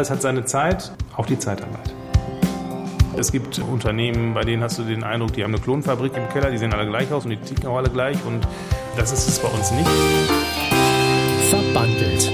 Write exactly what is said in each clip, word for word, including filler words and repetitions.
alles hat seine Zeit, auch die Zeitarbeit. Es gibt Unternehmen, bei denen hast du den Eindruck, die haben eine Klonfabrik im Keller, die sehen alle gleich aus und die ticken auch alle gleich und das ist es bei uns nicht. Verbandelt.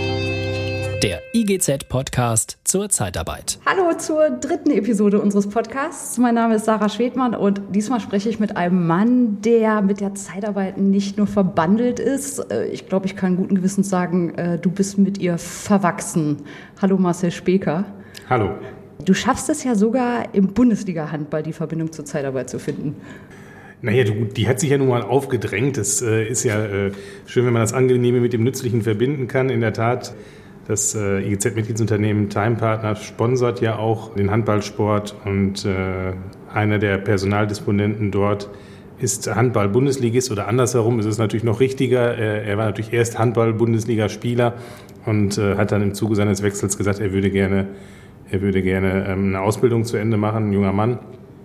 Der I G Z-Podcast zur Zeitarbeit. Hallo zur dritten Episode unseres Podcasts. Mein Name ist Sarah Schwedmann und diesmal spreche ich mit einem Mann, der mit der Zeitarbeit nicht nur verbandelt ist. Ich glaube, ich kann guten Gewissens sagen, du bist mit ihr verwachsen. Hallo Marcel Speker. Hallo. Du schaffst es ja sogar im Bundesliga-Handball die Verbindung zur Zeitarbeit zu finden. Naja, du, die hat sich ja nun mal aufgedrängt. Das äh, ist ja äh, schön, wenn man das Angenehme mit dem Nützlichen verbinden kann. In der Tat, das äh, I G Z-Mitgliedsunternehmen Time Partner sponsert ja auch den Handballsport und äh, einer der Personaldisponenten dort ist Handball-Bundesligist oder andersherum ist es natürlich noch richtiger. Äh, er war natürlich erst Handball-Bundesligaspieler und äh, hat dann im Zuge seines Wechsels gesagt, er würde gerne, er würde gerne ähm, eine Ausbildung zu Ende machen, ein junger Mann.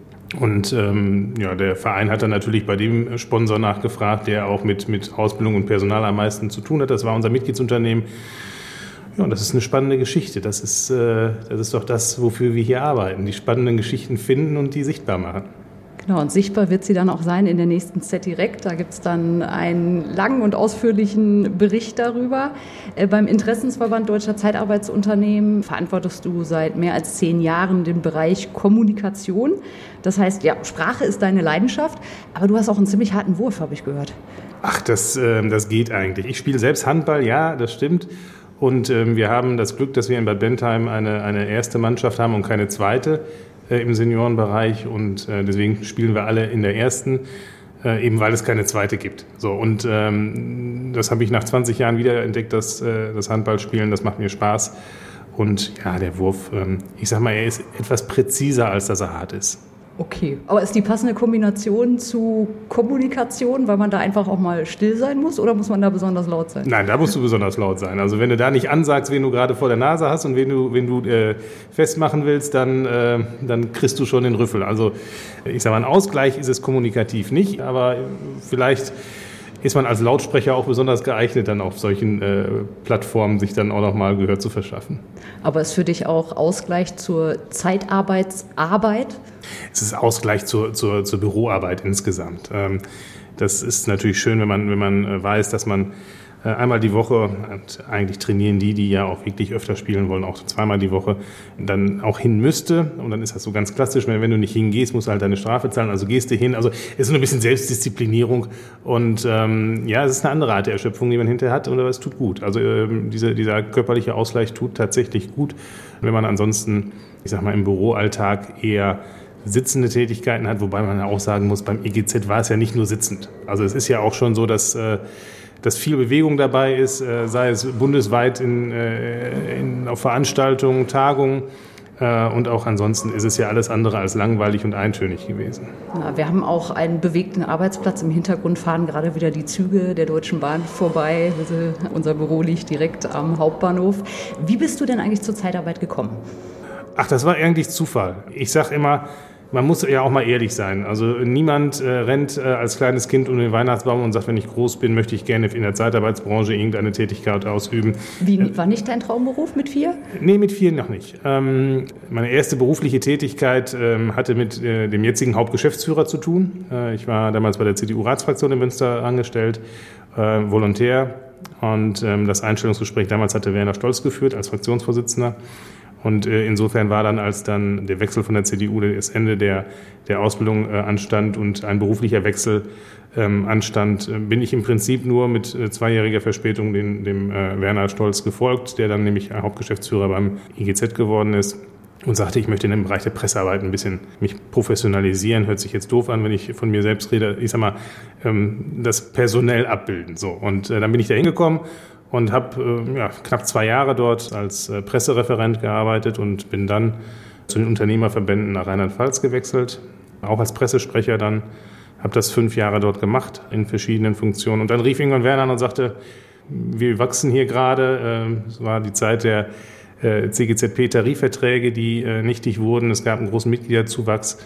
Und ähm, ja, der Verein hat dann natürlich bei dem Sponsor nachgefragt, der auch mit, mit Ausbildung und Personal am meisten zu tun hat. Das war unser Mitgliedsunternehmen. Ja, und das ist eine spannende Geschichte. Das ist, äh, das ist doch das, wofür wir hier arbeiten. Die spannenden Geschichten finden und die sichtbar machen. Genau, und sichtbar wird sie dann auch sein in der nächsten Z direkt. Da gibt es dann einen langen und ausführlichen Bericht darüber. Äh, beim Interessensverband Deutscher Zeitarbeitsunternehmen verantwortest du seit mehr als zehn Jahren den Bereich Kommunikation. Das heißt, ja, Sprache ist deine Leidenschaft, aber du hast auch einen ziemlich harten Wurf, habe ich gehört. Ach, das, äh, das geht eigentlich. Ich spiele selbst Handball, ja, das stimmt. Und ähm, wir haben das Glück, dass wir in Bad Bentheim eine, eine erste Mannschaft haben und keine zweite äh, im Seniorenbereich. Und äh, deswegen spielen wir alle in der ersten, äh, eben weil es keine zweite gibt. So, und ähm, das habe ich nach zwanzig Jahren wieder entdeckt, das, äh, das Handballspielen, das macht mir Spaß. Und ja, der Wurf, ähm, ich sag mal, er ist etwas präziser, als dass er hart ist. Okay, aber ist die passende Kombination zu Kommunikation, weil man da einfach auch mal still sein muss oder muss man da besonders laut sein? Nein, da musst du besonders laut sein. Also wenn du da nicht ansagst, wen du gerade vor der Nase hast und wen du, wen du äh, festmachen willst, dann, äh, dann kriegst du schon den Rüffel. Also ich sage mal, ein Ausgleich ist es kommunikativ nicht, aber vielleicht ist man als Lautsprecher auch besonders geeignet, dann auf solchen äh, Plattformen sich dann auch noch mal Gehör zu verschaffen. Aber ist für dich auch Ausgleich zur Zeitarbeitsarbeit? Es ist Ausgleich zur, zur, zur Büroarbeit insgesamt. Ähm, das ist natürlich schön, wenn man, wenn man weiß, dass man äh, einmal die Woche, und eigentlich trainieren die, die ja auch wirklich öfter spielen wollen, auch zweimal die Woche, dann auch hin müsste. Und dann ist das so ganz klassisch, wenn, wenn du nicht hingehst, musst du halt deine Strafe zahlen, also gehst du hin. Also es ist so ein bisschen Selbstdisziplinierung und ähm, ja, es ist eine andere Art der Erschöpfung, die man hinterher hat, und es tut gut. Also ähm, diese, dieser körperliche Ausgleich tut tatsächlich gut, wenn man ansonsten, ich sag mal, im Büroalltag eher sitzende Tätigkeiten hat, wobei man ja auch sagen muss, beim I G Z war es ja nicht nur sitzend. Also es ist ja auch schon so, dass, äh, dass viel Bewegung dabei ist, äh, sei es bundesweit in, äh, in, auf Veranstaltungen, Tagungen. Äh, und auch ansonsten ist es ja alles andere als langweilig und eintönig gewesen. Ja, wir haben auch einen bewegten Arbeitsplatz. Im Hintergrund fahren gerade wieder die Züge der Deutschen Bahn vorbei. Also unser Büro liegt direkt am Hauptbahnhof. Wie bist du denn eigentlich zur Zeitarbeit gekommen? Ach, das war eigentlich Zufall. Ich sag immer, man muss ja auch mal ehrlich sein. Also niemand äh, rennt äh, als kleines Kind um den Weihnachtsbaum und sagt, wenn ich groß bin, möchte ich gerne in der Zeitarbeitsbranche irgendeine Tätigkeit ausüben. Wie, war nicht dein Traumberuf mit vier? Nee, mit vier noch nicht. Ähm, meine erste berufliche Tätigkeit ähm, hatte mit äh, dem jetzigen Hauptgeschäftsführer zu tun. Äh, ich war damals bei der C D U-Ratsfraktion in Münster angestellt, äh, Volontär. Und ähm, das Einstellungsgespräch damals hatte Werner Stolz geführt als Fraktionsvorsitzender. Und äh, insofern war dann, als dann der Wechsel von der C D U, das Ende der, der Ausbildung äh, anstand und ein beruflicher Wechsel ähm, anstand, äh, bin ich im Prinzip nur mit äh, zweijähriger Verspätung den, dem äh, Werner Stolz gefolgt, der dann nämlich Hauptgeschäftsführer beim I G Z geworden ist und sagte, ich möchte in dem Bereich der Pressearbeit ein bisschen mich professionalisieren. Hört sich jetzt doof an, wenn ich von mir selbst rede. Ich sag mal, ähm, das personell abbilden. So. Und äh, dann bin ich da hingekommen und habe äh, ja, knapp zwei Jahre dort als äh, Pressereferent gearbeitet und bin dann zu den Unternehmerverbänden nach Rheinland-Pfalz gewechselt, auch als Pressesprecher dann, habe das fünf Jahre dort gemacht in verschiedenen Funktionen. Und dann rief irgendwann Werner an und sagte, wir wachsen hier gerade, es äh, war die Zeit der äh, C G Z P-Tarifverträge, die äh, nichtig wurden, es gab einen großen Mitgliederzuwachs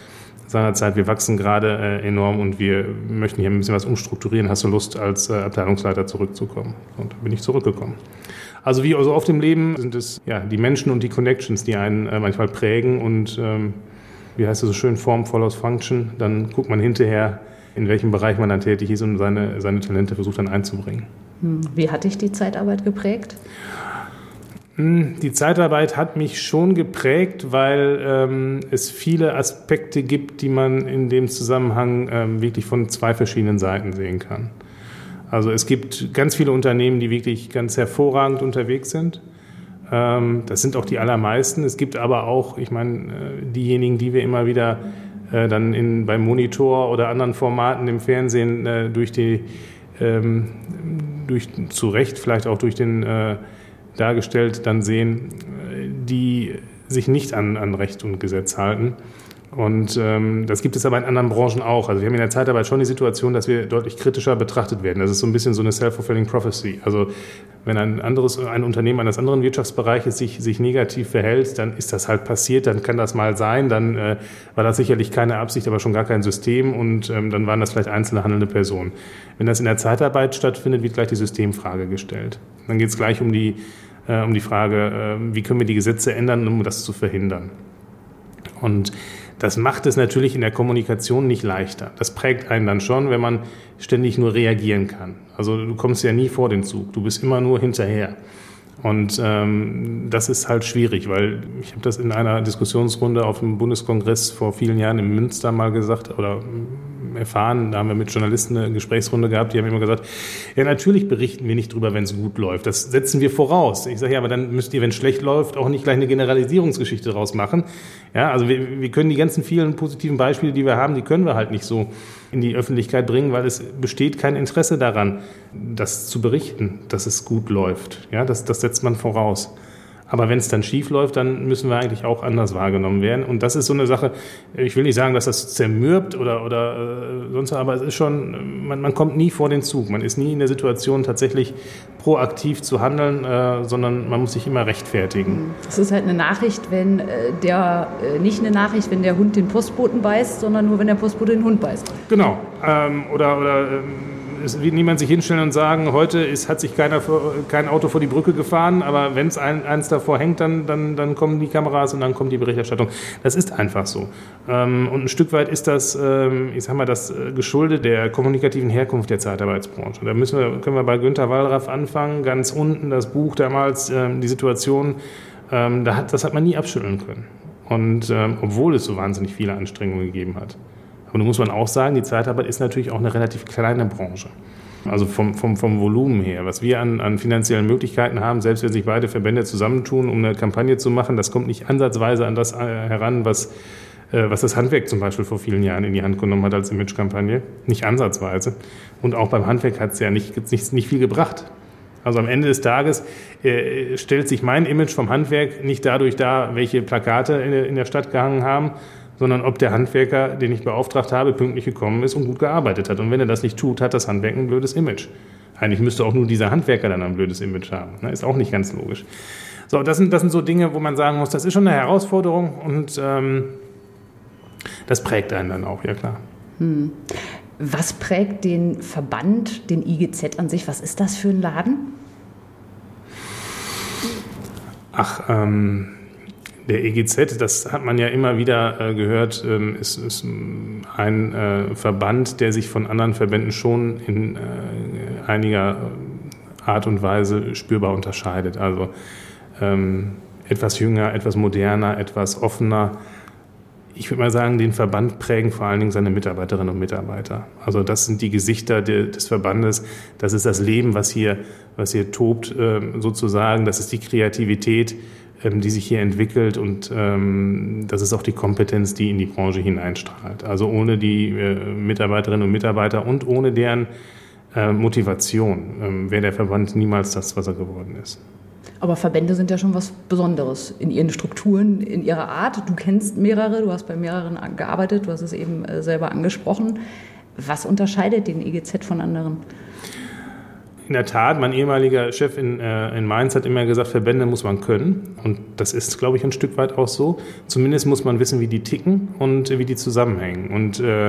seinerzeit, wir wachsen gerade äh, enorm und wir möchten hier ein bisschen was umstrukturieren. Hast du Lust, als äh, Abteilungsleiter zurückzukommen? Und da bin ich zurückgekommen. Also wie so oft im Leben sind es ja die Menschen und die Connections, die einen äh, manchmal prägen und ähm, wie heißt es so schön, Form follows Function. Dann guckt man hinterher, in welchem Bereich man dann tätig ist und seine, seine Talente versucht dann einzubringen. Wie hat dich die Zeitarbeit geprägt? Die Zeitarbeit hat mich schon geprägt, weil ähm, es viele Aspekte gibt, die man in dem Zusammenhang ähm, wirklich von zwei verschiedenen Seiten sehen kann. Also es gibt ganz viele Unternehmen, die wirklich ganz hervorragend unterwegs sind. Ähm, das sind auch die allermeisten. Es gibt aber auch, ich meine, äh, diejenigen, die wir immer wieder äh, dann in, beim Monitor oder anderen Formaten im Fernsehen äh, durch die, ähm, durch, zu Recht vielleicht auch durch den äh, dargestellt dann sehen, die sich nicht an, an Recht und Gesetz halten. Und ähm, das gibt es aber in anderen Branchen auch. Also wir haben in der Zeitarbeit schon die Situation, dass wir deutlich kritischer betrachtet werden. Das ist so ein bisschen so eine self-fulfilling prophecy. Also wenn ein anderes, ein Unternehmen eines anderen Wirtschaftsbereiches sich, sich negativ verhält, dann ist das halt passiert, dann kann das mal sein, dann äh, war das sicherlich keine Absicht, aber schon gar kein System und ähm, dann waren das vielleicht einzelne handelnde Personen. Wenn das in der Zeitarbeit stattfindet, wird gleich die Systemfrage gestellt. Dann geht es gleich um die, äh, um die Frage, äh, wie können wir die Gesetze ändern, um das zu verhindern. Und das macht es natürlich in der Kommunikation nicht leichter. Das prägt einen dann schon, wenn man ständig nur reagieren kann. Also du kommst ja nie vor den Zug, du bist immer nur hinterher. Und ähm, das ist halt schwierig, weil ich habe das in einer Diskussionsrunde auf dem Bundeskongress vor vielen Jahren in Münster mal gesagt oder erfahren, da haben wir mit Journalisten eine Gesprächsrunde gehabt, die haben immer gesagt, ja natürlich berichten wir nicht drüber, wenn es gut läuft, das setzen wir voraus. Ich sage, ja, aber dann müsst ihr, wenn es schlecht läuft, auch nicht gleich eine Generalisierungsgeschichte draus machen. Ja, also wir, wir können die ganzen vielen positiven Beispiele, die wir haben, die können wir halt nicht so in die Öffentlichkeit bringen, weil es besteht kein Interesse daran, das zu berichten, dass es gut läuft. Ja, das, das setzt man voraus. Aber wenn es dann schief läuft, dann müssen wir eigentlich auch anders wahrgenommen werden. Und das ist so eine Sache, ich will nicht sagen, dass das zermürbt oder, oder äh, sonst, aber es ist schon, man, man kommt nie vor den Zug. Man ist nie in der Situation, tatsächlich proaktiv zu handeln, äh, sondern man muss sich immer rechtfertigen. Es ist halt eine Nachricht, wenn äh, der, äh, nicht eine Nachricht, wenn der Hund den Postboten beißt, sondern nur, wenn der Postbote den Hund beißt. Genau. Ähm, oder, oder ähm, es wird niemand sich hinstellen und sagen, heute ist, hat sich keiner, kein Auto vor die Brücke gefahren, aber wenn es ein, eins davor hängt, dann, dann, dann kommen die Kameras und dann kommt die Berichterstattung. Das ist einfach so. Ähm, und ein Stück weit ist das, ähm, ich sag mal, das geschuldet der kommunikativen Herkunft der Zeitarbeitsbranche. Da müssen wir, können wir bei Günter Wallraff anfangen, ganz unten das Buch damals, ähm, die Situation, ähm, da hat, das hat man nie abschütteln können. Und ähm, obwohl es so wahnsinnig viele Anstrengungen gegeben hat. Und da muss man auch sagen, die Zeitarbeit ist natürlich auch eine relativ kleine Branche. Also vom, vom, vom Volumen her. Was wir an, an finanziellen Möglichkeiten haben, selbst wenn sich beide Verbände zusammentun, um eine Kampagne zu machen, das kommt nicht ansatzweise an das heran, was, äh, was das Handwerk zum Beispiel vor vielen Jahren in die Hand genommen hat als Imagekampagne. Nicht ansatzweise. Und auch beim Handwerk hat es ja nicht, nicht, nicht viel gebracht. Also am Ende des Tages äh, stellt sich mein Image vom Handwerk nicht dadurch dar, welche Plakate in der, in der Stadt gehangen haben, sondern ob der Handwerker, den ich beauftragt habe, pünktlich gekommen ist und gut gearbeitet hat. Und wenn er das nicht tut, hat das Handwerk ein blödes Image. Eigentlich müsste auch nur dieser Handwerker dann ein blödes Image haben. Ist auch nicht ganz logisch. So, das sind, das sind so Dinge, wo man sagen muss, das ist schon eine Herausforderung und ähm, das prägt einen dann auch, ja klar. Hm. Was prägt den Verband, den I G Z an sich? Was ist das für ein Laden? Ach, ähm... Der I G Z, das hat man ja immer wieder äh, gehört, ähm, ist, ist ein äh, Verband, der sich von anderen Verbänden schon in äh, einiger Art und Weise spürbar unterscheidet. Also ähm, etwas jünger, etwas moderner, etwas offener. Ich würde mal sagen, den Verband prägen vor allen Dingen seine Mitarbeiterinnen und Mitarbeiter. Also das sind die Gesichter de, des Verbandes. Das ist das Leben, was hier, was hier tobt, äh, sozusagen. Das ist die Kreativität, die sich hier entwickelt und ähm, das ist auch die Kompetenz, die in die Branche hineinstrahlt. Also ohne die äh, Mitarbeiterinnen und Mitarbeiter und ohne deren äh, Motivation ähm, wäre der Verband niemals das, was er geworden ist. Aber Verbände sind ja schon was Besonderes in ihren Strukturen, in ihrer Art. Du kennst mehrere, du hast bei mehreren gearbeitet, du hast es eben äh, selber angesprochen. Was unterscheidet den I G Z von anderen? in der Tat, mein ehemaliger Chef in, äh, in Mainz hat immer gesagt, Verbände muss man können. Und das ist, glaube ich, ein Stück weit auch so. Zumindest muss man wissen, wie die ticken und äh, wie die zusammenhängen. Und äh,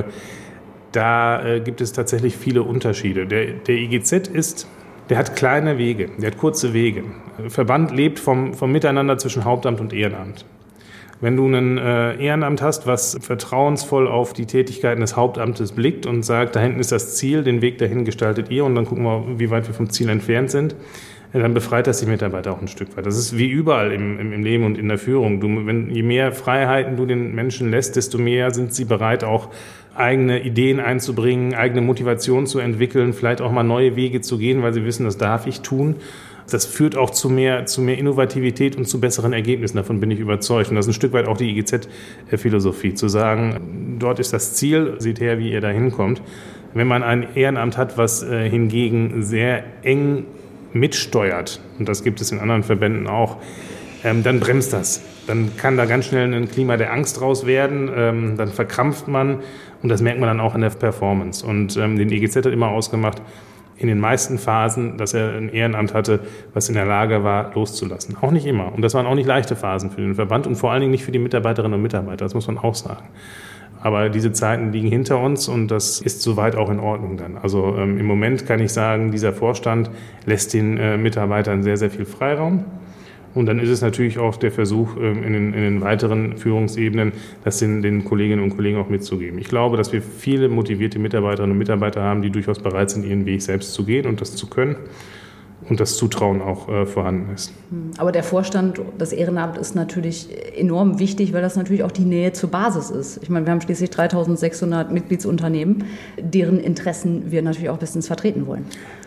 da äh, gibt es tatsächlich viele Unterschiede. Der, der I G Z ist, der hat kleine Wege, der hat kurze Wege. Der Verband lebt vom, vom Miteinander zwischen Hauptamt und Ehrenamt. Wenn du ein äh, Ehrenamt hast, was vertrauensvoll auf die Tätigkeiten des Hauptamtes blickt und sagt, da hinten ist das Ziel, den Weg dahin gestaltet ihr und dann gucken wir, wie weit wir vom Ziel entfernt sind, äh, dann befreit das die Mitarbeiter auch ein Stück weit. Das ist wie überall im, im, im Leben und in der Führung. Du, wenn, je mehr Freiheiten du den Menschen lässt, desto mehr sind sie bereit, auch eigene Ideen einzubringen, eigene Motivation zu entwickeln, vielleicht auch mal neue Wege zu gehen, weil sie wissen, das darf ich tun. Das führt auch zu mehr, zu mehr Innovativität und zu besseren Ergebnissen. Davon bin ich überzeugt. Und das ist ein Stück weit auch die I G Z-Philosophie, zu sagen, dort ist das Ziel, seht her, wie ihr da hinkommt. Wenn man ein Ehrenamt hat, was äh, hingegen sehr eng mitsteuert, und das gibt es in anderen Verbänden auch, ähm, dann bremst das. Dann kann da ganz schnell ein Klima der Angst draus werden, ähm, dann verkrampft man und das merkt man dann auch in der Performance. Und ähm, den I G Z hat immer ausgemacht, in den meisten Phasen, dass er ein Ehrenamt hatte, was in der Lage war, loszulassen. Auch nicht immer. Und das waren auch nicht leichte Phasen für den Verband und vor allen Dingen nicht für die Mitarbeiterinnen und Mitarbeiter, das muss man auch sagen. Aber diese Zeiten liegen hinter uns und das ist soweit auch in Ordnung dann. Also ähm, im Moment kann ich sagen, dieser Vorstand lässt den äh, Mitarbeitern sehr, sehr viel Freiraum. Und dann ist es natürlich auch der Versuch, in den, in den weiteren Führungsebenen, das den, den Kolleginnen und Kollegen auch mitzugeben. Ich glaube, dass wir viele motivierte Mitarbeiterinnen und Mitarbeiter haben, die durchaus bereit sind, ihren Weg selbst zu gehen und das zu können. Und das Zutrauen auch äh, vorhanden ist. Aber der Vorstand, das Ehrenamt ist natürlich enorm wichtig, weil das natürlich auch die Nähe zur Basis ist. Ich meine, wir haben schließlich dreitausendsechshundert Mitgliedsunternehmen, deren Interessen wir natürlich auch bestens vertreten wollen.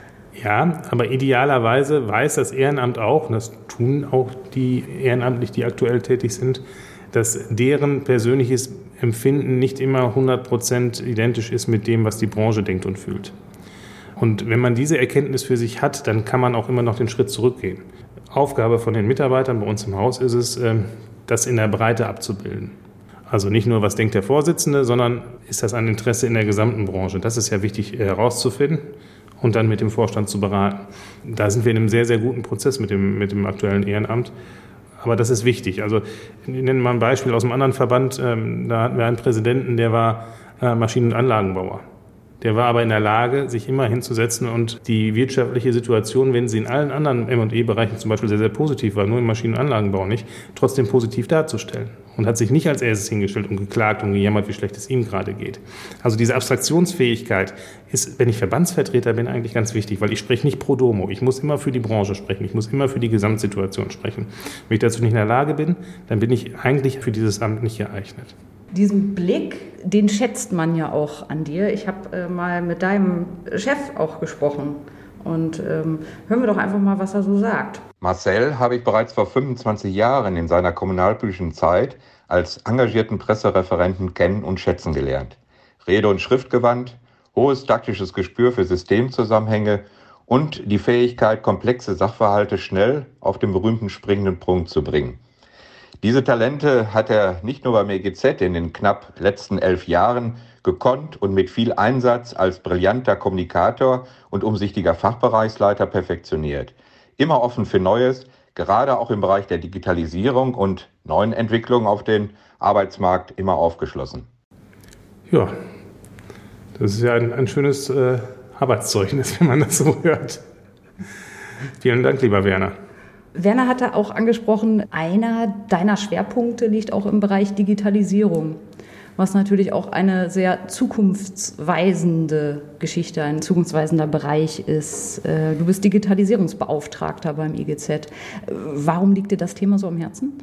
Ja, aber idealerweise weiß das Ehrenamt auch, und das tun auch die ehrenamtlich, die aktuell tätig sind, dass deren persönliches Empfinden nicht immer hundert Prozent identisch ist mit dem, was die Branche denkt und fühlt. Und wenn man diese Erkenntnis für sich hat, dann kann man auch immer noch den Schritt zurückgehen. Aufgabe von den Mitarbeitern bei uns im Haus ist es, das in der Breite abzubilden. Also nicht nur, was denkt der Vorsitzende, sondern ist das ein Interesse in der gesamten Branche. Das ist ja wichtig herauszufinden und dann mit dem Vorstand zu beraten. Da sind wir in einem sehr, sehr guten Prozess mit dem, mit dem aktuellen Ehrenamt. Aber das ist wichtig. Also ich nenne mal ein Beispiel aus einem anderen Verband. Da hatten wir einen Präsidenten, der war Maschinen- und Anlagenbauer. Der war aber in der Lage, sich immer hinzusetzen und die wirtschaftliche Situation, wenn sie in allen anderen M und E-Bereichen zum Beispiel sehr, sehr positiv war, nur im Maschinen- und Anlagenbau nicht, trotzdem positiv darzustellen. Und hat sich nicht als erstes hingestellt und geklagt und gejammert, wie schlecht es ihm gerade geht. Also diese Abstraktionsfähigkeit ist, wenn ich Verbandsvertreter bin, eigentlich ganz wichtig, weil ich spreche nicht pro domo. Ich muss immer für die Branche sprechen. Ich muss immer für die Gesamtsituation sprechen. Wenn ich dazu nicht in der Lage bin, dann bin ich eigentlich für dieses Amt nicht geeignet. Diesen Blick, den schätzt man ja auch an dir. Ich habe äh, mal mit deinem Chef auch gesprochen. Und ähm, hören wir doch einfach mal, was er so sagt. Marcel habe ich bereits vor fünfundzwanzig Jahren in seiner kommunalpolitischen Zeit als engagierten Pressereferenten kennen und schätzen gelernt. Rede- und Schriftgewandt, hohes taktisches Gespür für Systemzusammenhänge und die Fähigkeit, komplexe Sachverhalte schnell auf den berühmten springenden Punkt zu bringen. Diese Talente hat er nicht nur beim E G Z in den knapp letzten elf Jahren gekonnt und mit viel Einsatz als brillanter Kommunikator und umsichtiger Fachbereichsleiter perfektioniert. Immer offen für Neues, gerade auch im Bereich der Digitalisierung und neuen Entwicklungen auf den Arbeitsmarkt immer aufgeschlossen. Ja, das ist ja ein, ein schönes äh, Arbeitszeugnis, wenn man das so hört. Vielen Dank, lieber Werner. Werner hatte auch angesprochen, einer deiner Schwerpunkte liegt auch im Bereich Digitalisierung, was natürlich auch eine sehr zukunftsweisende Geschichte, ein zukunftsweisender Bereich ist. Du bist Digitalisierungsbeauftragter beim I G Z. Warum liegt dir das Thema so am Herzen?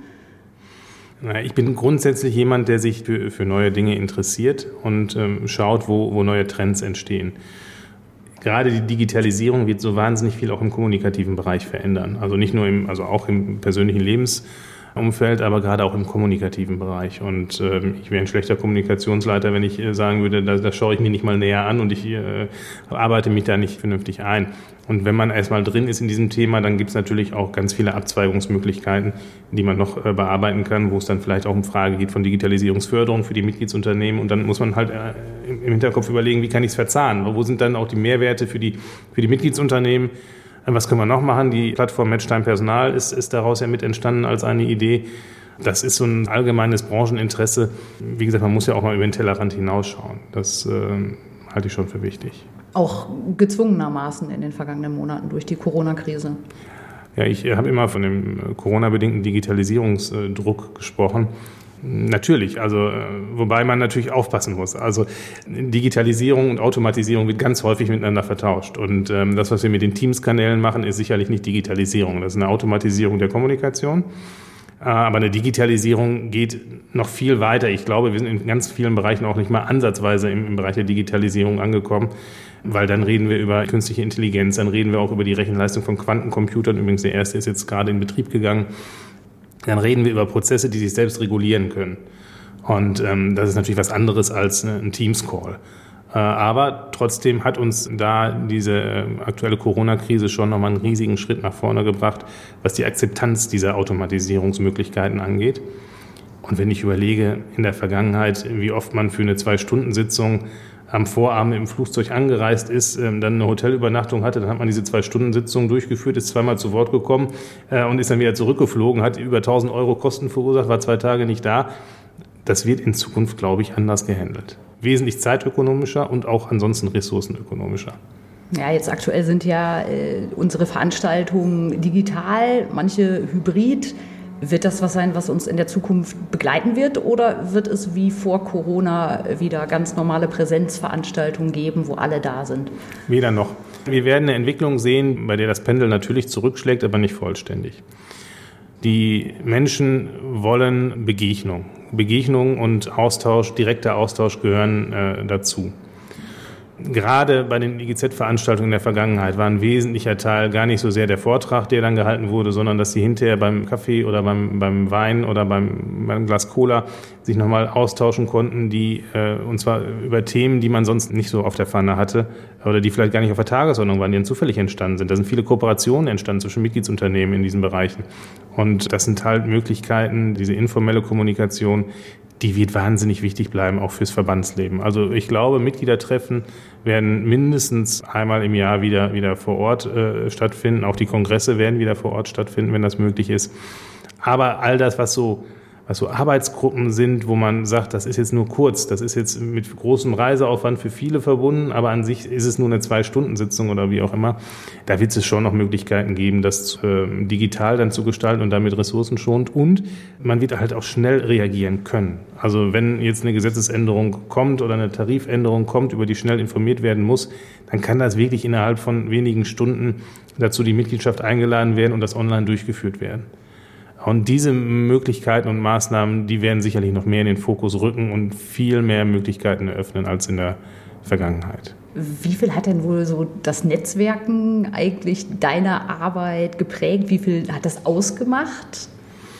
Ich bin grundsätzlich jemand, der sich für, für neue Dinge interessiert und ähm, schaut, wo, wo neue Trends entstehen. Gerade die Digitalisierung wird so wahnsinnig viel auch im kommunikativen Bereich verändern. Also nicht nur im, also auch im persönlichen Lebensbereich, Umfeld, aber gerade auch im kommunikativen Bereich. Und ähm, ich wäre ein schlechter Kommunikationsleiter, wenn ich äh, sagen würde, da, da schaue ich mir nicht mal näher an und ich äh, arbeite mich da nicht vernünftig ein. Und wenn man erstmal drin ist in diesem Thema, dann gibt es natürlich auch ganz viele Abzweigungsmöglichkeiten, die man noch äh, bearbeiten kann, wo es dann vielleicht auch um Frage geht von Digitalisierungsförderung für die Mitgliedsunternehmen. Und dann muss man halt äh, im Hinterkopf überlegen, wie kann ich es verzahnen? Wo sind dann auch die Mehrwerte für die, für die Mitgliedsunternehmen? Was können wir noch machen? Die Plattform Matchtime Personal ist, ist daraus ja mit entstanden als eine Idee. Das ist so ein allgemeines Brancheninteresse. Wie gesagt, man muss ja auch mal über den Tellerrand hinausschauen. Das äh, halte ich schon für wichtig. Auch gezwungenermaßen in den vergangenen Monaten durch die Corona-Krise. Ja, ich habe immer von dem Corona-bedingten Digitalisierungsdruck gesprochen. Natürlich, also wobei man natürlich aufpassen muss. Also Digitalisierung und Automatisierung wird ganz häufig miteinander vertauscht. Und ähm, das, was wir mit den Teams-Kanälen machen, ist sicherlich nicht Digitalisierung. Das ist eine Automatisierung der Kommunikation. Äh, aber eine Digitalisierung geht noch viel weiter. Ich glaube, wir sind in ganz vielen Bereichen auch nicht mal ansatzweise im, im Bereich der Digitalisierung angekommen. Weil dann reden wir über künstliche Intelligenz, dann reden wir auch über die Rechenleistung von Quantencomputern. Übrigens, der erste ist jetzt gerade in Betrieb gegangen. Dann reden wir über Prozesse, die sich selbst regulieren können. Und ähm, das ist natürlich was anderes als äh, ein Teams-Call. Äh, aber trotzdem hat uns da diese äh, aktuelle Corona-Krise schon nochmal einen riesigen Schritt nach vorne gebracht, was die Akzeptanz dieser Automatisierungsmöglichkeiten angeht. Und wenn ich überlege, in der Vergangenheit, wie oft man für eine Zwei-Stunden-Sitzung am Vorabend im Flugzeug angereist ist, ähm, dann eine Hotelübernachtung hatte, dann hat man diese Zwei-Stunden-Sitzung durchgeführt, ist zweimal zu Wort gekommen äh, und ist dann wieder zurückgeflogen, hat über tausend Euro Kosten verursacht, war zwei Tage nicht da. Das wird in Zukunft, glaube ich, anders gehandelt. Wesentlich zeitökonomischer und auch ansonsten ressourcenökonomischer. Ja, jetzt aktuell sind ja äh, unsere Veranstaltungen digital, manche hybrid. Wird das was sein, was uns in der Zukunft begleiten wird, oder wird es wie vor Corona wieder ganz normale Präsenzveranstaltungen geben, wo alle da sind? Weder noch. Wir werden eine Entwicklung sehen, bei der das Pendel natürlich zurückschlägt, aber nicht vollständig. Die Menschen wollen Begegnung. Begegnung und Austausch, direkter Austausch gehören äh, dazu. Gerade bei den I G Z-Veranstaltungen in der Vergangenheit war ein wesentlicher Teil gar nicht so sehr der Vortrag, der dann gehalten wurde, sondern dass sie hinterher beim Kaffee oder beim, beim Wein oder beim, beim Glas Cola sich nochmal austauschen konnten, die, äh, und zwar über Themen, die man sonst nicht so auf der Pfanne hatte oder die vielleicht gar nicht auf der Tagesordnung waren, die dann zufällig entstanden sind. Da sind viele Kooperationen entstanden zwischen Mitgliedsunternehmen in diesen Bereichen. Und das sind halt Möglichkeiten, diese informelle Kommunikation, die wird wahnsinnig wichtig bleiben, auch fürs Verbandsleben. Also ich glaube, Mitgliedertreffen werden mindestens einmal im Jahr wieder, wieder vor Ort äh, stattfinden. Auch die Kongresse werden wieder vor Ort stattfinden, wenn das möglich ist. Aber all das, was so, was so Arbeitsgruppen sind, wo man sagt, das ist jetzt nur kurz, das ist jetzt mit großem Reiseaufwand für viele verbunden, aber an sich ist es nur eine Zwei-Stunden-Sitzung oder wie auch immer, da wird es schon noch Möglichkeiten geben, das äh, digital dann zu gestalten und damit ressourcenschonend, und man wird halt auch schnell reagieren können. Also wenn jetzt eine Gesetzesänderung kommt oder eine Tarifänderung kommt, über die schnell informiert werden muss, dann kann das wirklich innerhalb von wenigen Stunden dazu die Mitgliedschaft eingeladen werden und das online durchgeführt werden. Und diese Möglichkeiten und Maßnahmen, die werden sicherlich noch mehr in den Fokus rücken und viel mehr Möglichkeiten eröffnen als in der Vergangenheit. Wie viel hat denn wohl so das Netzwerken eigentlich deine Arbeit geprägt? Wie viel hat das ausgemacht?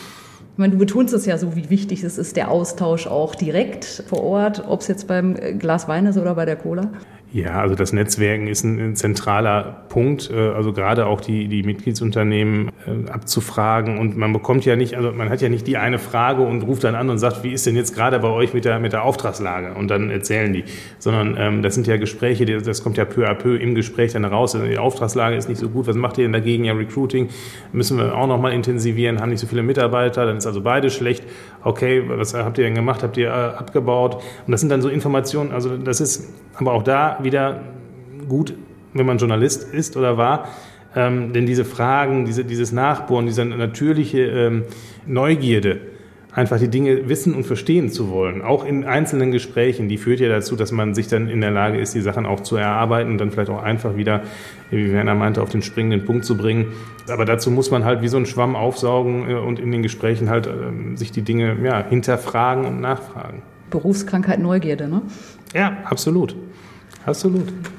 Ich meine, du betonst es ja so, wie wichtig es ist, der Austausch auch direkt vor Ort, ob es jetzt beim Glas Wein ist oder bei der Cola. Ja, also das Netzwerken ist ein, ein zentraler Punkt, also gerade auch die, die Mitgliedsunternehmen äh, abzufragen, und man bekommt ja nicht, also man hat ja nicht die eine Frage und ruft dann an und sagt, wie ist denn jetzt gerade bei euch mit der, mit der Auftragslage, und dann erzählen die, sondern ähm, das sind ja Gespräche, das kommt ja peu à peu im Gespräch dann raus, die Auftragslage ist nicht so gut, was macht ihr denn dagegen? Ja, Recruiting müssen wir auch nochmal intensivieren, haben nicht so viele Mitarbeiter, dann ist also beides schlecht, okay, was habt ihr denn gemacht, habt ihr äh, abgebaut, und das sind dann so Informationen, also das ist aber auch da wieder gut, wenn man Journalist ist oder war, ähm, denn diese Fragen, diese, dieses Nachbohren, diese natürliche ähm, Neugierde, einfach die Dinge wissen und verstehen zu wollen, auch in einzelnen Gesprächen, die führt ja dazu, dass man sich dann in der Lage ist, die Sachen auch zu erarbeiten und dann vielleicht auch einfach wieder, wie Werner meinte, auf den springenden Punkt zu bringen. Aber dazu muss man halt wie so ein Schwamm aufsaugen und in den Gesprächen halt äh, sich die Dinge ja, hinterfragen und nachfragen. Berufskrankheit Neugierde, ne? Ja, absolut. Absolut.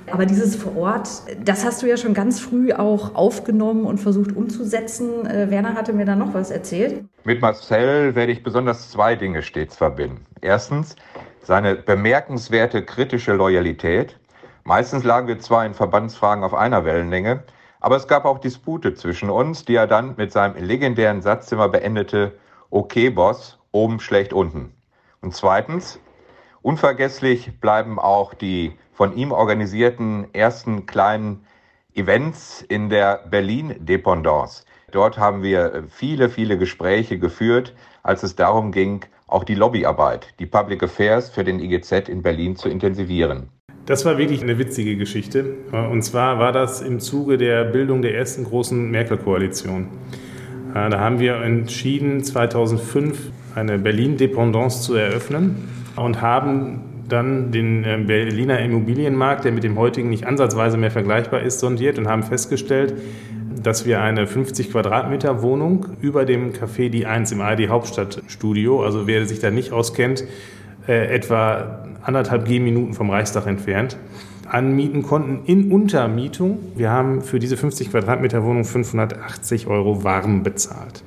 Aber dieses vor Ort, das hast du ja schon ganz früh auch aufgenommen und versucht umzusetzen. Äh, Werner hatte mir da noch was erzählt. Mit Marcel werde ich besonders zwei Dinge stets verbinden. Erstens seine bemerkenswerte kritische Loyalität. Meistens lagen wir zwar in Verbandsfragen auf einer Wellenlänge, aber es gab auch Dispute zwischen uns, die er dann mit seinem legendären Satz immer beendete: Okay, Boss, oben schlecht unten. Und zweitens, unvergesslich bleiben auch die von ihm organisierten ersten kleinen Events in der Berlin-Dependance. Dort haben wir viele, viele Gespräche geführt, als es darum ging, auch die Lobbyarbeit, die Public Affairs für den I G Z in Berlin zu intensivieren. Das war wirklich eine witzige Geschichte. Und zwar war das im Zuge der Bildung der ersten großen Merkel-Koalition. Da haben wir entschieden, zweitausendfünf eine Berlin-Dependance zu eröffnen und haben dann den Berliner Immobilienmarkt, der mit dem heutigen nicht ansatzweise mehr vergleichbar ist, sondiert und haben festgestellt, dass wir eine fünfzig Quadratmeter Wohnung über dem Café Die Eins im A R D Hauptstadtstudio, also wer sich da nicht auskennt, äh, etwa anderthalb Gehminuten vom Reichstag entfernt, anmieten konnten in Untermietung. Wir haben für diese fünfzig Quadratmeter Wohnung fünfhundertachtzig Euro warm bezahlt.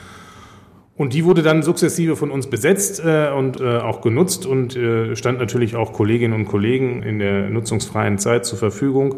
Und die wurde dann sukzessive von uns besetzt äh, und äh, auch genutzt und äh, stand natürlich auch Kolleginnen und Kollegen in der nutzungsfreien Zeit zur Verfügung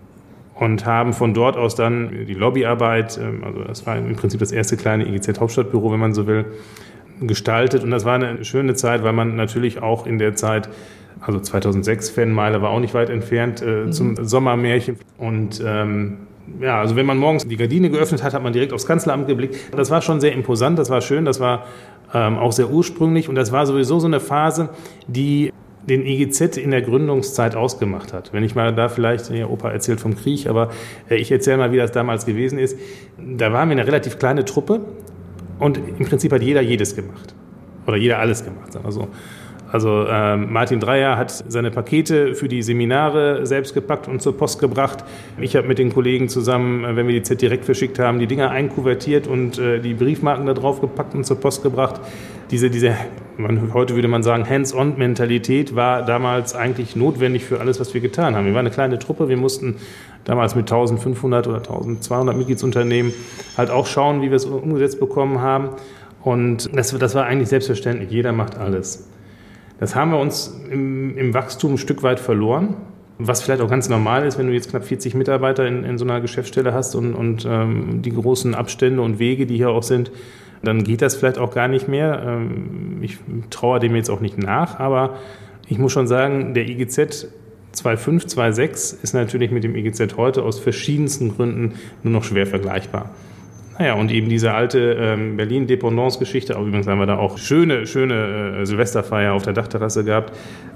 und haben von dort aus dann die Lobbyarbeit, äh, also das war im Prinzip das erste kleine I G Z-Hauptstadtbüro, wenn man so will, gestaltet. Und das war eine schöne Zeit, weil man natürlich auch in der Zeit, also zweitausendsechs, Fanmeile war auch nicht weit entfernt, äh, mhm. zum Sommermärchen. Und ähm, ja, also wenn man morgens die Gardine geöffnet hat, hat man direkt aufs Kanzleramt geblickt. Das war schon sehr imposant, das war schön, das war ähm, auch sehr ursprünglich. Und das war sowieso so eine Phase, die den I G Z in der Gründungszeit ausgemacht hat. Wenn ich mal da vielleicht, ja, Opa erzählt vom Krieg, aber äh, ich erzähle mal, wie das damals gewesen ist. Da waren wir eine relativ kleine Truppe und im Prinzip hat jeder jedes gemacht. Oder jeder alles gemacht, sagen wir so. Also äh, Martin Dreyer hat seine Pakete für die Seminare selbst gepackt und zur Post gebracht. Ich habe mit den Kollegen zusammen, wenn wir die Z direkt verschickt haben, die Dinger einkuvertiert und äh, die Briefmarken da drauf gepackt und zur Post gebracht. Diese, diese man, heute würde man sagen, Hands-on-Mentalität war damals eigentlich notwendig für alles, was wir getan haben. Wir waren eine kleine Truppe, wir mussten damals mit eintausendfünfhundert oder eintausendzweihundert Mitgliedsunternehmen halt auch schauen, wie wir es umgesetzt bekommen haben. Und das, das war eigentlich selbstverständlich, jeder macht alles. Das haben wir uns im, im Wachstum ein Stück weit verloren, was vielleicht auch ganz normal ist, wenn du jetzt knapp vierzig Mitarbeiter in, in so einer Geschäftsstelle hast und, und ähm, die großen Abstände und Wege, die hier auch sind, dann geht das vielleicht auch gar nicht mehr. Ähm, ich traue dem jetzt auch nicht nach, aber ich muss schon sagen, der I G Z zweitausendfünf, zweitausendsechs ist natürlich mit dem I G Z heute aus verschiedensten Gründen nur noch schwer vergleichbar. Naja, und eben diese alte ähm, Berlin-Dependance-Geschichte, auch übrigens haben wir da auch schöne, schöne äh, Silvesterfeier auf der Dachterrasse gehabt,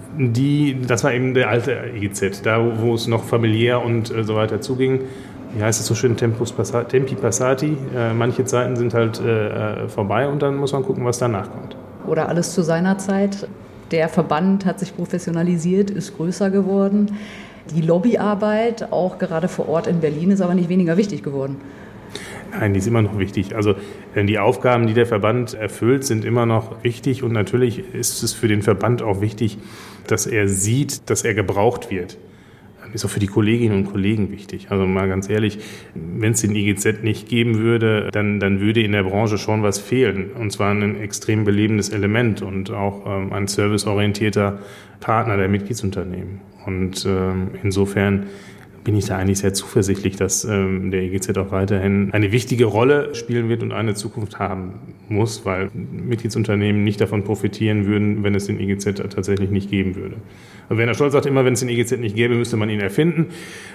die, das war eben der alte I G Z, da wo, wo es noch familiär und äh, so weiter zuging. Wie heißt es so schön, Tempus Passati, Tempi Passati, äh, manche Zeiten sind halt äh, vorbei und dann muss man gucken, was danach kommt. Oder alles zu seiner Zeit. Der Verband hat sich professionalisiert, ist größer geworden. Die Lobbyarbeit, auch gerade vor Ort in Berlin, ist aber nicht weniger wichtig geworden. Nein, die ist immer noch wichtig. Also die Aufgaben, die der Verband erfüllt, sind immer noch wichtig und natürlich ist es für den Verband auch wichtig, dass er sieht, dass er gebraucht wird. Das ist auch für die Kolleginnen und Kollegen wichtig. Also mal ganz ehrlich, wenn es den I G Z nicht geben würde, dann, dann würde in der Branche schon was fehlen. Und zwar ein extrem belebendes Element und auch ähm, ein serviceorientierter Partner der Mitgliedsunternehmen. Und ähm, insofern bin ich da eigentlich sehr zuversichtlich, dass ähm, der I G Z auch weiterhin eine wichtige Rolle spielen wird und eine Zukunft haben muss, weil Mitgliedsunternehmen nicht davon profitieren würden, wenn es den I G Z tatsächlich nicht geben würde. Und Werner Stolz sagt immer, wenn es den I G Z nicht gäbe, müsste man ihn erfinden.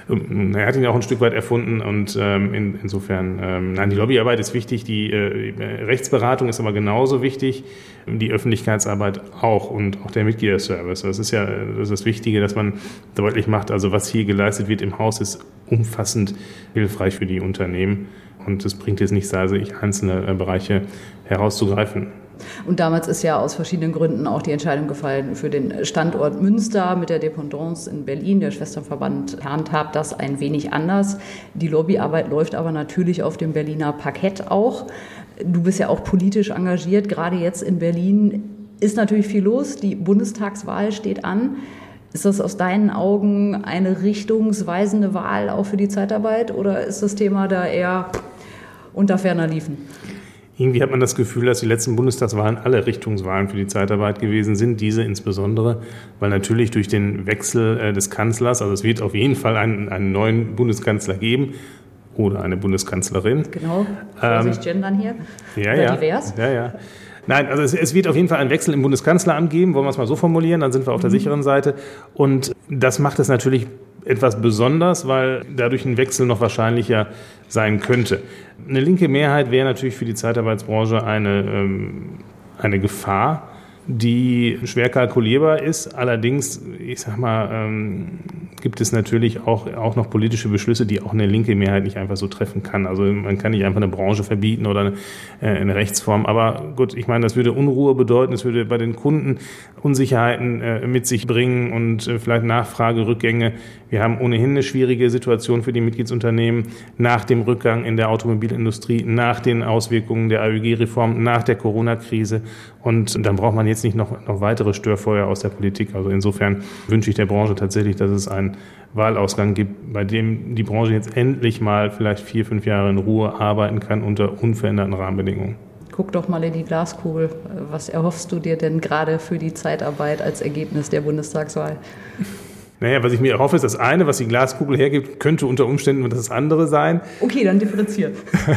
Er hat ihn auch ein Stück weit erfunden und ähm, in, insofern, ähm, nein, die Lobbyarbeit ist wichtig, die äh, Rechtsberatung ist aber genauso wichtig, die Öffentlichkeitsarbeit auch und auch der Mitgliederservice. Das ist ja das, ist das Wichtige, dass man deutlich macht, also was hier geleistet wird im Haus ist umfassend hilfreich für die Unternehmen und es bringt jetzt nichts, also ich einzelne Bereiche herauszugreifen. Und damals ist ja aus verschiedenen Gründen auch die Entscheidung gefallen für den Standort Münster mit der Dependance in Berlin. Der Schwesternverband handhabt das ein wenig anders. Die Lobbyarbeit läuft aber natürlich auf dem Berliner Parkett auch. Du bist ja auch politisch engagiert. Gerade jetzt in Berlin ist natürlich viel los. Die Bundestagswahl steht an. Ist das aus deinen Augen eine richtungsweisende Wahl auch für die Zeitarbeit oder ist das Thema da eher unter ferner liefen? Irgendwie hat man das Gefühl, dass die letzten Bundestagswahlen alle Richtungswahlen für die Zeitarbeit gewesen sind. Diese insbesondere, weil natürlich durch den Wechsel äh, des Kanzlers, also es wird auf jeden Fall einen, einen neuen Bundeskanzler geben oder eine Bundeskanzlerin. Genau, Vorsicht, ähm, gendern hier. Ja, oder ja, divers. ja, ja. Nein, also es, es wird auf jeden Fall einen Wechsel im Bundeskanzleramt geben, wollen wir es mal so formulieren, dann sind wir auf der mhm. sicheren Seite. Und das macht es natürlich etwas besonders, weil dadurch ein Wechsel noch wahrscheinlicher sein könnte. Eine linke Mehrheit wäre natürlich für die Zeitarbeitsbranche eine, ähm, eine Gefahr, die schwer kalkulierbar ist. Allerdings, ich sag mal, ähm, gibt es natürlich auch, auch noch politische Beschlüsse, die auch eine linke Mehrheit nicht einfach so treffen kann. Also man kann nicht einfach eine Branche verbieten oder eine, äh, eine Rechtsform. Aber gut, ich meine, das würde Unruhe bedeuten, es würde bei den Kunden Unsicherheiten äh, mit sich bringen und äh, vielleicht Nachfragerückgänge. Wir haben ohnehin eine schwierige Situation für die Mitgliedsunternehmen nach dem Rückgang in der Automobilindustrie, nach den Auswirkungen der A Ö G-Reform, nach der Corona-Krise. Und dann braucht man jetzt nicht noch, noch weitere Störfeuer aus der Politik. Also insofern wünsche ich der Branche tatsächlich, dass es einen Wahlausgang gibt, bei dem die Branche jetzt endlich mal vielleicht vier, fünf Jahre in Ruhe arbeiten kann unter unveränderten Rahmenbedingungen. Guck doch mal in die Glaskugel. Was erhoffst du dir denn gerade für die Zeitarbeit als Ergebnis der Bundestagswahl? Naja, was ich mir erhoffe, ist das eine, was die Glaskugel hergibt, könnte unter Umständen das andere sein. Okay, dann differenziert.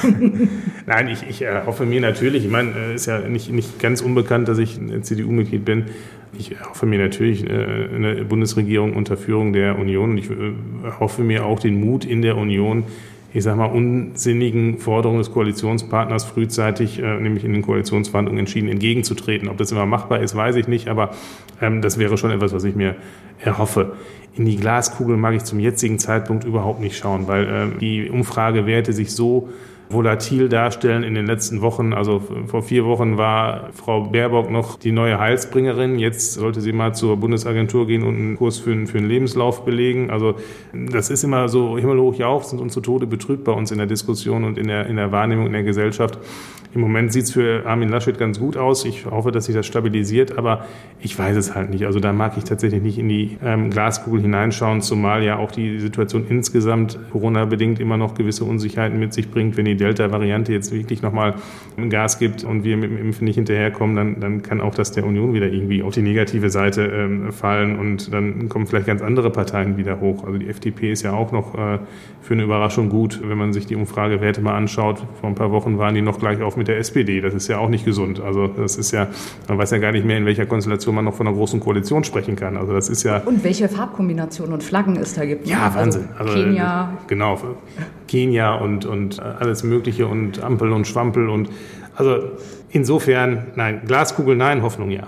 Nein, ich, ich erhoffe mir natürlich, ich meine, es ist ja nicht, nicht ganz unbekannt, dass ich ein C D U-Mitglied bin. Ich hoffe mir natürlich eine Bundesregierung unter Führung der Union. Ich hoffe mir auch den Mut in der Union, ich sage mal, unsinnigen Forderungen des Koalitionspartners frühzeitig, äh, nämlich in den Koalitionsverhandlungen entschieden entgegenzutreten. Ob das immer machbar ist, weiß ich nicht, aber ähm, das wäre schon etwas, was ich mir erhoffe. In die Glaskugel mag ich zum jetzigen Zeitpunkt überhaupt nicht schauen, weil äh, die Umfragewerte sich so volatil darstellen in den letzten Wochen. Also vor vier Wochen war Frau Baerbock noch die neue Heilsbringerin. Jetzt sollte sie mal zur Bundesagentur gehen und einen Kurs für einen, für einen Lebenslauf belegen. Also das ist immer so himmelhoch jauchzend und zu Tode betrübt bei uns in der Diskussion und in der, in der Wahrnehmung in der Gesellschaft. Im Moment sieht es für Armin Laschet ganz gut aus. Ich hoffe, dass sich das stabilisiert, aber ich weiß es halt nicht. Also da mag ich tatsächlich nicht in die ähm, Glaskugel hineinschauen, zumal ja auch die Situation insgesamt Corona-bedingt immer noch gewisse Unsicherheiten mit sich bringt. Wenn die Delta-Variante jetzt wirklich nochmal Gas gibt und wir mit dem Impfen nicht hinterherkommen, dann, dann kann auch das der Union wieder irgendwie auf die negative Seite ähm, fallen und dann kommen vielleicht ganz andere Parteien wieder hoch. Also die F D P ist ja auch noch äh, für eine Überraschung gut, wenn man sich die Umfragewerte mal anschaut. Vor ein paar Wochen waren die noch gleich auf mit der S P D. Das ist ja auch nicht gesund. Also das ist ja, man weiß ja gar nicht mehr, in welcher Konstellation man noch von einer großen Koalition sprechen kann. Also das ist ja... Und welche Farbkombinationen und Flaggen es da gibt. Ne? Ja, Wahnsinn. Also Kenia. Genau. Kenia und, und alles Mögliche und Ampel und Schwampel und also insofern, nein, Glaskugel nein, Hoffnung ja.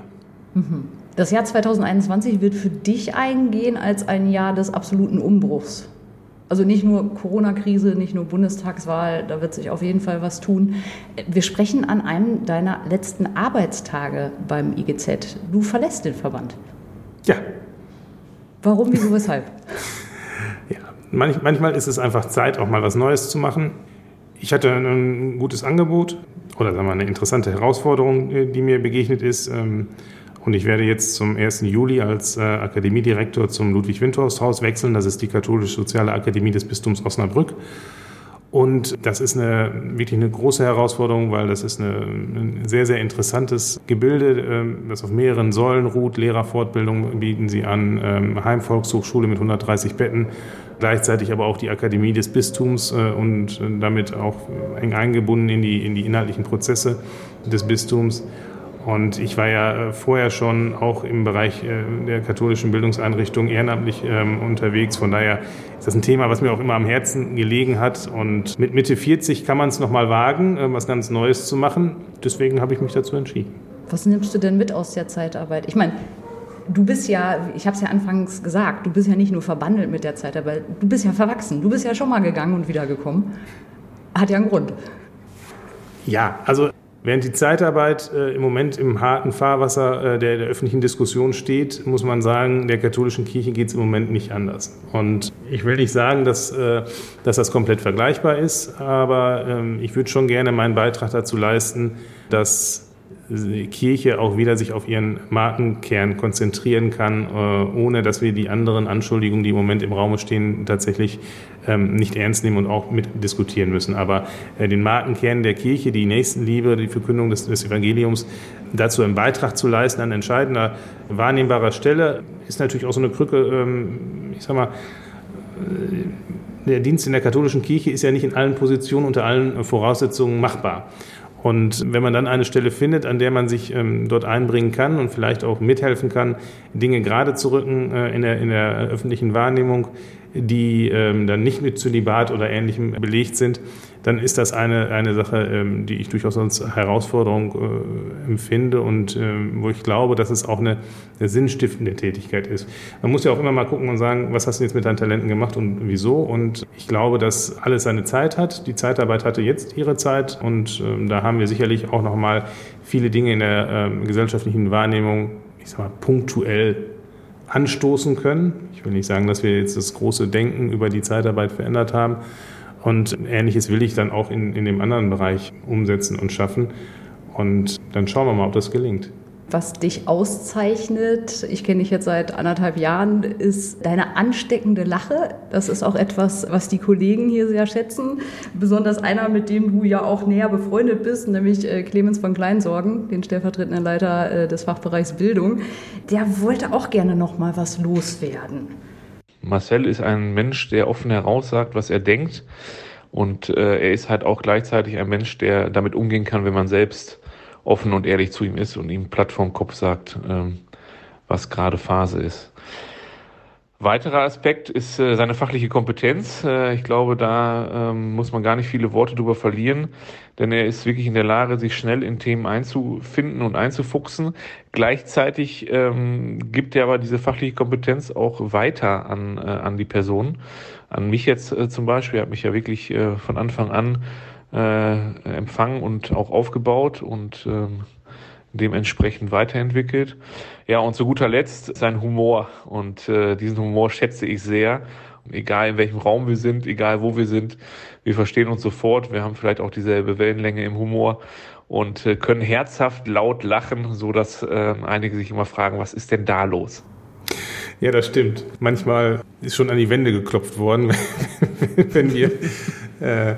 Das Jahr zwanzig einundzwanzig wird für dich eingehen als ein Jahr des absoluten Umbruchs. Also nicht nur Corona-Krise, nicht nur Bundestagswahl, da wird sich auf jeden Fall was tun. Wir sprechen an einem deiner letzten Arbeitstage beim I G Z. Du verlässt den Verband. Ja. Warum, wieso, weshalb? Ja, manch, manchmal ist es einfach Zeit, auch mal was Neues zu machen. Ich hatte ein gutes Angebot oder sagen wir mal, eine interessante Herausforderung, die mir begegnet ist. Und ich werde jetzt zum ersten Juli als Akademiedirektor zum Ludwig-Windhorst-Haus wechseln. Das ist die Katholisch-Soziale Akademie des Bistums Osnabrück. Und das ist eine, wirklich eine große Herausforderung, weil das ist eine, ein sehr, sehr interessantes Gebilde, das auf mehreren Säulen ruht. Lehrerfortbildung bieten sie an, Heimvolkshochschule mit hundertdreißig Betten, gleichzeitig aber auch die Akademie des Bistums und damit auch eng eingebunden in die, in die inhaltlichen Prozesse des Bistums. Und ich war ja vorher schon auch im Bereich der katholischen Bildungseinrichtungen ehrenamtlich ähm, unterwegs. Von daher ist das ein Thema, was mir auch immer am Herzen gelegen hat. Und mit Mitte vierzig kann man es nochmal wagen, äh, was ganz Neues zu machen. Deswegen habe ich mich dazu entschieden. Was nimmst du denn mit aus der Zeitarbeit? Ich meine, du bist ja, ich habe es ja anfangs gesagt, du bist ja nicht nur verbandelt mit der Zeitarbeit, du bist ja verwachsen. Du bist ja schon mal gegangen und wiedergekommen. Hat ja einen Grund. Ja, also... Während die Zeitarbeit äh, im Moment im harten Fahrwasser äh, der, der öffentlichen Diskussion steht, muss man sagen, der katholischen Kirche geht es im Moment nicht anders. Und ich will nicht sagen, dass, äh, dass das komplett vergleichbar ist, aber ähm, ich würde schon gerne meinen Beitrag dazu leisten, dass Kirche auch wieder sich auf ihren Markenkern konzentrieren kann, ohne dass wir die anderen Anschuldigungen, die im Moment im Raum stehen, tatsächlich nicht ernst nehmen und auch mit diskutieren müssen. Aber den Markenkern der Kirche, die Nächstenliebe, die Verkündung des, des Evangeliums, dazu einen Beitrag zu leisten an entscheidender, wahrnehmbarer Stelle, ist natürlich auch so eine Krücke, ich sag mal, der Dienst in der katholischen Kirche ist ja nicht in allen Positionen unter allen Voraussetzungen machbar. Und wenn man dann eine Stelle findet, an der man sich ähm, dort einbringen kann und vielleicht auch mithelfen kann, Dinge gerade zu rücken äh, in der, in der öffentlichen Wahrnehmung, die ähm, dann nicht mit Zölibat oder Ähnlichem belegt sind, dann ist das eine, eine Sache, ähm, die ich durchaus als Herausforderung äh, empfinde und ähm, wo ich glaube, dass es auch eine, eine sinnstiftende Tätigkeit ist. Man muss ja auch immer mal gucken und sagen, was hast du jetzt mit deinen Talenten gemacht und wieso? Und ich glaube, dass alles seine Zeit hat. Die Zeitarbeit hatte jetzt ihre Zeit und ähm, da haben wir sicherlich auch noch mal viele Dinge in der ähm, gesellschaftlichen Wahrnehmung, ich sag mal, punktuell anstoßen können. Ich will nicht sagen, dass wir jetzt das große Denken über die Zeitarbeit verändert haben. Und Ähnliches will ich dann auch in, in dem anderen Bereich umsetzen und schaffen. Und dann schauen wir mal, ob das gelingt. Was dich auszeichnet, ich kenne dich jetzt seit anderthalb Jahren, ist deine ansteckende Lache. Das ist auch etwas, was die Kollegen hier sehr schätzen. Besonders einer, mit dem du ja auch näher befreundet bist, nämlich Clemens von Kleinsorgen, den stellvertretenden Leiter des Fachbereichs Bildung. Der wollte auch gerne noch mal was loswerden. Marcel ist ein Mensch, der offen heraussagt, was er denkt. Und äh, er ist halt auch gleichzeitig ein Mensch, der damit umgehen kann, wenn man selbst offen und ehrlich zu ihm ist und ihm platt vorm Kopf sagt, ähm, was gerade Phase ist. Weiterer Aspekt ist äh, seine fachliche Kompetenz. Äh, ich glaube, da ähm, muss man gar nicht viele Worte drüber verlieren, denn er ist wirklich in der Lage, sich schnell in Themen einzufinden und einzufuchsen. Gleichzeitig ähm, gibt er aber diese fachliche Kompetenz auch weiter an, äh, an die Person. An mich jetzt äh, zum Beispiel, er hat mich ja wirklich äh, von Anfang an äh, empfangen und auch aufgebaut und ähm, dementsprechend weiterentwickelt. Ja, und zu guter Letzt sein Humor. Und äh, diesen Humor schätze ich sehr. Egal in welchem Raum wir sind, egal wo wir sind, wir verstehen uns sofort. Wir haben vielleicht auch dieselbe Wellenlänge im Humor und äh, können herzhaft laut lachen, so dass äh, einige sich immer fragen, was ist denn da los? Ja, das stimmt. Manchmal ist schon an die Wände geklopft worden, wenn wir äh,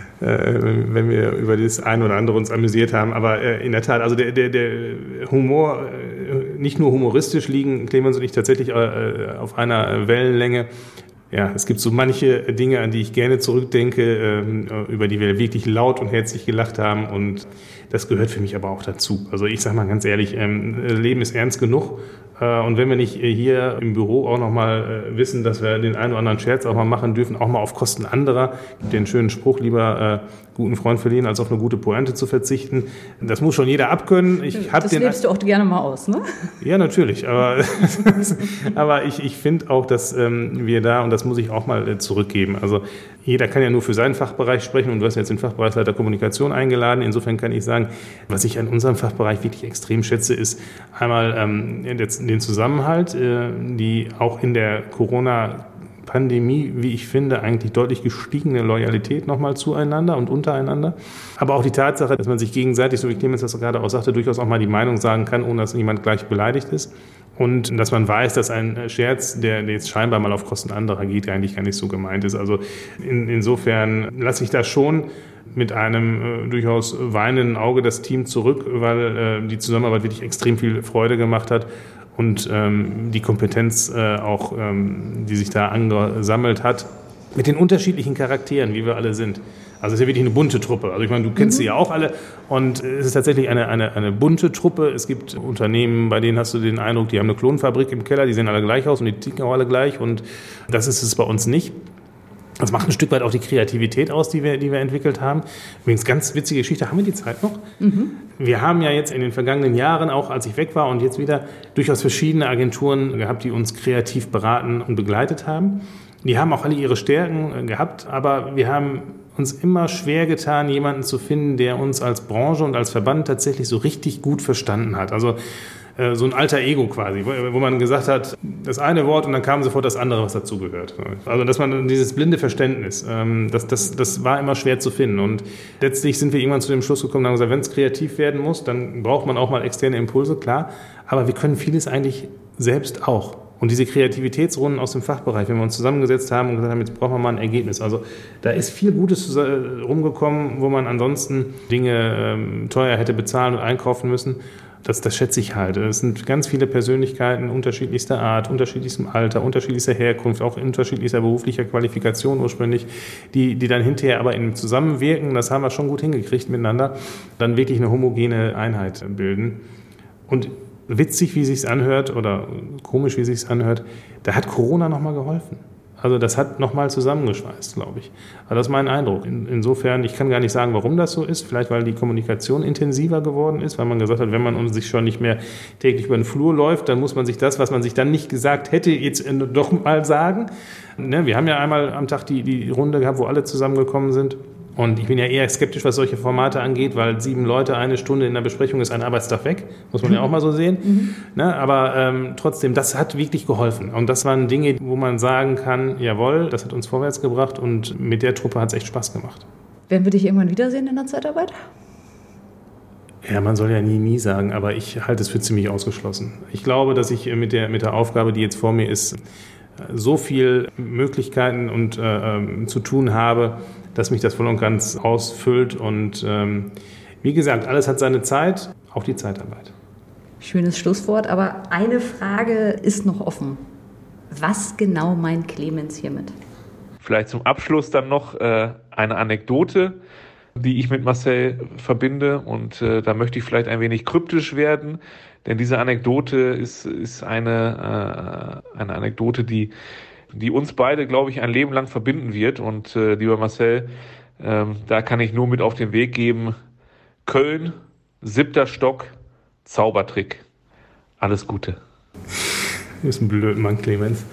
wenn wir über das eine oder andere uns amüsiert haben. Aber in der Tat, also der, der, der Humor, nicht nur humoristisch liegen Clemens und ich tatsächlich auf einer Wellenlänge. Ja, es gibt so manche Dinge, an die ich gerne zurückdenke, über die wir wirklich laut und herzlich gelacht haben. Und das gehört für mich aber auch dazu. Also ich sage mal ganz ehrlich, Leben ist ernst genug. Und wenn wir nicht hier im Büro auch nochmal wissen, dass wir den einen oder anderen Scherz auch mal machen dürfen, auch mal auf Kosten anderer, den schönen Spruch, lieber äh, guten Freund verlieren, als auf eine gute Pointe zu verzichten. Das muss schon jeder abkönnen. Ich hab das den lebst du auch gerne mal aus, ne? Ja, natürlich. Aber, aber ich, ich finde auch, dass ähm, wir da, und das muss ich auch mal äh, zurückgeben, also jeder kann ja nur für seinen Fachbereich sprechen und du hast jetzt den Fachbereichsleiter Kommunikation eingeladen. Insofern kann ich sagen, was ich an unserem Fachbereich wirklich extrem schätze, ist einmal ähm, den Zusammenhalt, äh, die auch in der Corona-Pandemie, wie ich finde, eigentlich deutlich gestiegene Loyalität nochmal zueinander und untereinander. Aber auch die Tatsache, dass man sich gegenseitig, so wie Clemens das gerade auch sagte, durchaus auch mal die Meinung sagen kann, ohne dass jemand gleich beleidigt ist. Und dass man weiß, dass ein Scherz, der jetzt scheinbar mal auf Kosten anderer geht, eigentlich gar nicht so gemeint ist. Also in, insofern lasse ich da schon mit einem äh, durchaus weinenden Auge das Team zurück, weil äh, die Zusammenarbeit wirklich extrem viel Freude gemacht hat und ähm, die Kompetenz äh, auch, ähm, die sich da angesammelt hat, mit den unterschiedlichen Charakteren, wie wir alle sind. Also es ist ja wirklich eine bunte Truppe. Also ich meine, du kennst mhm. sie ja auch alle und es ist tatsächlich eine, eine, eine bunte Truppe. Es gibt Unternehmen, bei denen hast du den Eindruck, die haben eine Klonfabrik im Keller, die sehen alle gleich aus und die ticken auch alle gleich und das ist es bei uns nicht. Das macht ein Stück weit auch die Kreativität aus, die wir, die wir entwickelt haben. Übrigens, ganz witzige Geschichte, haben wir die Zeit noch? Mhm. Wir haben ja jetzt in den vergangenen Jahren, auch als ich weg war und jetzt wieder, durchaus verschiedene Agenturen gehabt, die uns kreativ beraten und begleitet haben. Die haben auch alle ihre Stärken gehabt, aber wir haben uns immer schwer getan, jemanden zu finden, der uns als Branche und als Verband tatsächlich so richtig gut verstanden hat. Also äh, so ein alter Ego quasi, wo, wo man gesagt hat, das eine Wort und dann kam sofort das andere, was dazugehört. Also dass man dieses blinde Verständnis, ähm, das, das, das war immer schwer zu finden. Und letztlich sind wir irgendwann zu dem Schluss gekommen und haben gesagt, wenn es kreativ werden muss, dann braucht man auch mal externe Impulse, klar. Aber wir können vieles eigentlich selbst auch. Und diese Kreativitätsrunden aus dem Fachbereich, wenn wir uns zusammengesetzt haben und gesagt haben, jetzt brauchen wir mal ein Ergebnis. Also da ist viel Gutes rumgekommen, wo man ansonsten Dinge ähm, teuer hätte bezahlen und einkaufen müssen. Das, das schätze ich halt. Es sind ganz viele Persönlichkeiten unterschiedlichster Art, unterschiedlichstem Alter, unterschiedlichster Herkunft, auch unterschiedlicher beruflicher Qualifikation ursprünglich, die, die dann hinterher aber im Zusammenwirken, das haben wir schon gut hingekriegt miteinander, dann wirklich eine homogene Einheit bilden. Und witzig, wie es sich anhört, oder komisch, wie es sich anhört, da hat Corona nochmal geholfen. Also das hat nochmal zusammengeschweißt, glaube ich. Aber das ist mein Eindruck. In, insofern, ich kann gar nicht sagen, warum das so ist. Vielleicht, weil die Kommunikation intensiver geworden ist, weil man gesagt hat, wenn man sich schon nicht mehr täglich über den Flur läuft, dann muss man sich das, was man sich dann nicht gesagt hätte, jetzt doch mal sagen. Ne, wir haben ja einmal am Tag die, die Runde gehabt, wo alle zusammengekommen sind. Und ich bin ja eher skeptisch, was solche Formate angeht, weil sieben Leute eine Stunde in der Besprechung ist ein Arbeitstag weg. Muss man ja auch mal so sehen. Mhm. Ne, aber ähm, trotzdem, das hat wirklich geholfen. Und das waren Dinge, wo man sagen kann, jawohl, das hat uns vorwärts gebracht und mit der Truppe hat es echt Spaß gemacht. Werden wir dich irgendwann wiedersehen in der Zeitarbeit? Ja, man soll ja nie, nie sagen, aber ich halte es für ziemlich ausgeschlossen. Ich glaube, dass ich mit der, mit der Aufgabe, die jetzt vor mir ist, so viel Möglichkeiten und äh, zu tun habe, dass mich das voll und ganz ausfüllt. Und ähm, wie gesagt, alles hat seine Zeit, auch die Zeitarbeit. Schönes Schlusswort, aber eine Frage ist noch offen. Was genau meint Clemens hiermit? Vielleicht zum Abschluss dann noch äh, eine Anekdote, die ich mit Marcel verbinde. Und äh, da möchte ich vielleicht ein wenig kryptisch werden, denn diese Anekdote ist, ist eine, äh, eine Anekdote, die, die uns beide, glaube ich, ein Leben lang verbinden wird. Und äh, lieber Marcel, äh, da kann ich nur mit auf den Weg geben, Köln, siebter Stock, Zaubertrick. Alles Gute. Du bist ein blöder Mann, Clemens.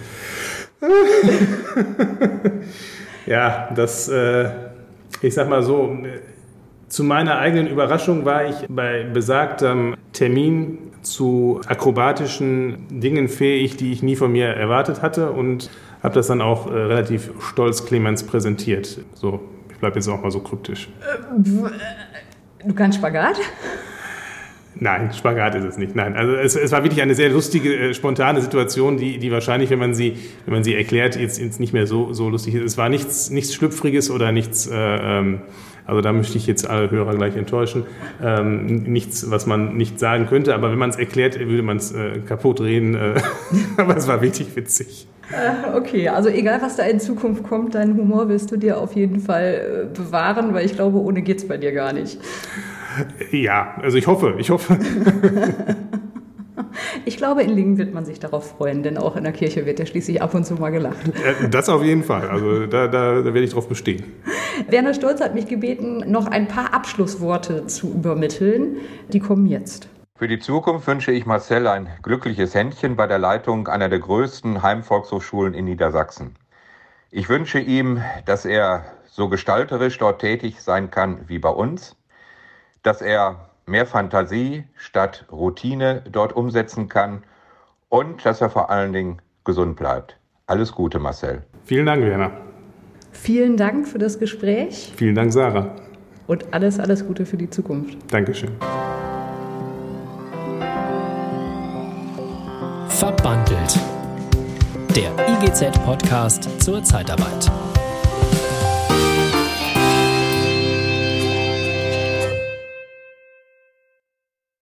Ja, das, äh, ich sag mal so, zu meiner eigenen Überraschung war ich bei besagtem Termin zu akrobatischen Dingen fähig, die ich nie von mir erwartet hatte und habe das dann auch äh, relativ stolz Clemens präsentiert. So, ich bleibe jetzt auch mal so kryptisch. Du kannst Spagat? Nein, Spagat ist es nicht. Nein, also es, es war wirklich eine sehr lustige, äh, spontane Situation, die, die wahrscheinlich, wenn man sie, wenn man sie erklärt, jetzt, jetzt nicht mehr so, so lustig ist. Es war nichts, nichts Schlüpfriges oder nichts. Äh, ähm, Also da möchte ich jetzt alle Hörer gleich enttäuschen. Ähm, nichts, was man nicht sagen könnte, aber wenn man es erklärt, würde man es äh, kaputt reden. Äh, aber es war wirklich witzig. Äh, okay, also egal, was da in Zukunft kommt, deinen Humor wirst du dir auf jeden Fall äh, bewahren, weil ich glaube, ohne geht's bei dir gar nicht. Ja, also ich hoffe, ich hoffe. Ich glaube, in Lingen wird man sich darauf freuen, denn auch in der Kirche wird ja schließlich ab und zu mal gelacht. Das auf jeden Fall, also da, da, da werde ich drauf bestehen. Werner Stolz hat mich gebeten, noch ein paar Abschlussworte zu übermitteln. Die kommen jetzt. Für die Zukunft wünsche ich Marcel ein glückliches Händchen bei der Leitung einer der größten Heimvolkshochschulen in Niedersachsen. Ich wünsche ihm, dass er so gestalterisch dort tätig sein kann wie bei uns, dass er mehr Fantasie statt Routine dort umsetzen kann und dass er vor allen Dingen gesund bleibt. Alles Gute, Marcel. Vielen Dank, Werner. Vielen Dank für das Gespräch. Vielen Dank, Sarah. Und alles, alles Gute für die Zukunft. Dankeschön. Verbandelt. Der I G Z-Podcast zur Zeitarbeit.